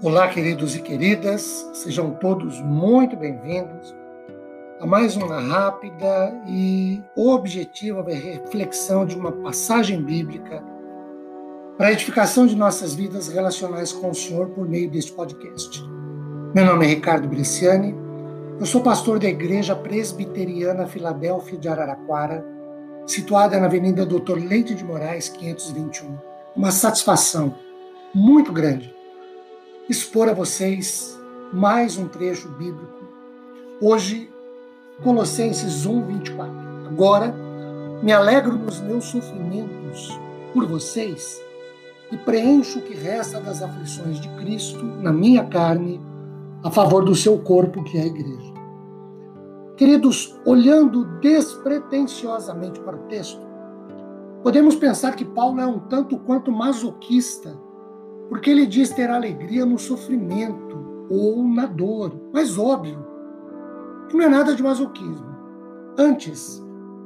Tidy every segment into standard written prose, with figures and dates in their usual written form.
Olá, queridos e queridas, sejam todos muito bem-vindos a mais uma rápida e objetiva reflexão de uma passagem bíblica para a edificação de nossas vidas relacionais com o Senhor por meio deste podcast. Meu nome é Ricardo Bresciani, eu sou pastor da Igreja Presbiteriana Filadélfia de Araraquara, situada na Avenida Dr. Leite de Moraes, 521. Uma satisfação muito grande expor a vocês mais um trecho bíblico. Hoje, Colossenses 1:24. Agora, me alegro nos meus sofrimentos por vocês e preencho o que resta das aflições de Cristo na minha carne, a favor do seu corpo, que é a igreja. Queridos, olhando despretensiosamente para o texto, podemos pensar que Paulo é um tanto quanto masoquista, porque ele diz ter alegria no sofrimento ou na dor. Mas óbvio que não é nada de masoquismo. Antes,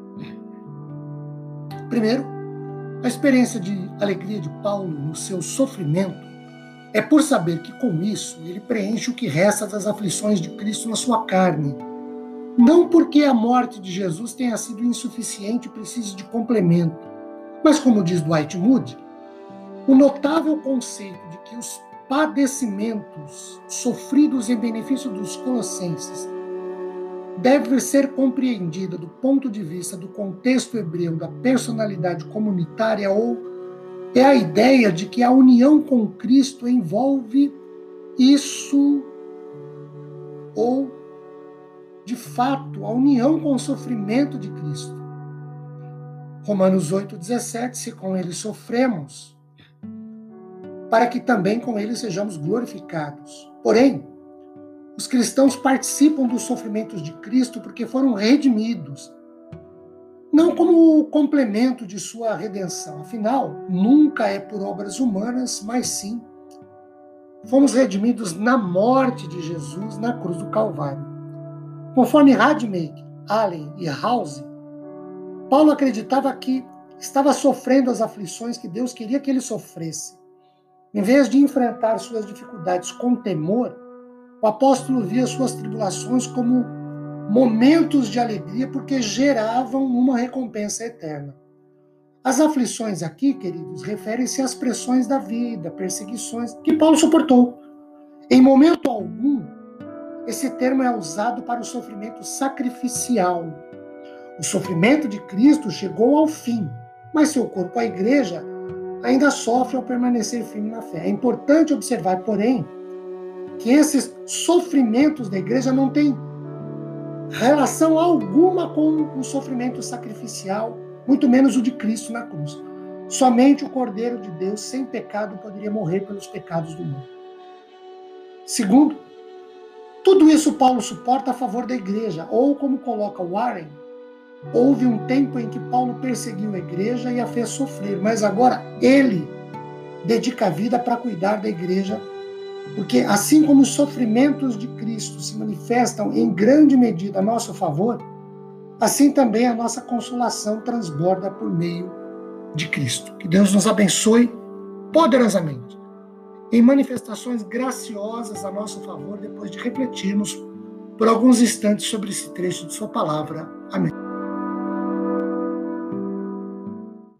primeiro, a experiência de alegria de Paulo no seu sofrimento é por saber que com isso ele preenche o que resta das aflições de Cristo na sua carne. Não porque a morte de Jesus tenha sido insuficiente e precise de complemento, mas como diz Dwight Moody, o notável conceito de que os padecimentos sofridos em benefício dos colossenses deve ser compreendida do ponto de vista do contexto hebreu da personalidade comunitária, ou é a ideia de que a união com Cristo envolve isso, ou de fato a união com o sofrimento de Cristo. Romanos 8:17, se com ele sofremos, para que também com ele sejamos glorificados. Porém, os cristãos participam dos sofrimentos de Cristo porque foram redimidos, não como complemento de sua redenção. Afinal, nunca é por obras humanas, mas sim, fomos redimidos na morte de Jesus na cruz do Calvário. Conforme Rademacher, Allen e House, Paulo acreditava que estava sofrendo as aflições que Deus queria que ele sofresse. Em vez de enfrentar suas dificuldades com temor, o apóstolo via suas tribulações como momentos de alegria, porque geravam uma recompensa eterna. As aflições aqui, queridos, referem-se às pressões da vida, perseguições que Paulo suportou. Em momento algum, esse termo é usado para o sofrimento sacrificial. O sofrimento de Cristo chegou ao fim, mas seu corpo, a igreja, ainda sofre ao permanecer firme na fé. É importante observar, porém, que esses sofrimentos da igreja não têm relação alguma com o sofrimento sacrificial, muito menos o de Cristo na cruz. Somente o Cordeiro de Deus, sem pecado, poderia morrer pelos pecados do mundo. Segundo, tudo isso Paulo suporta a favor da igreja, ou como coloca Warren, houve um tempo em que Paulo perseguiu a igreja e a fez sofrer, mas agora ele dedica a vida para cuidar da igreja, porque assim como os sofrimentos de Cristo se manifestam em grande medida a nosso favor, assim também a nossa consolação transborda por meio de Cristo. Que Deus nos abençoe poderosamente em manifestações graciosas a nosso favor, depois de refletirmos por alguns instantes sobre esse trecho de sua palavra.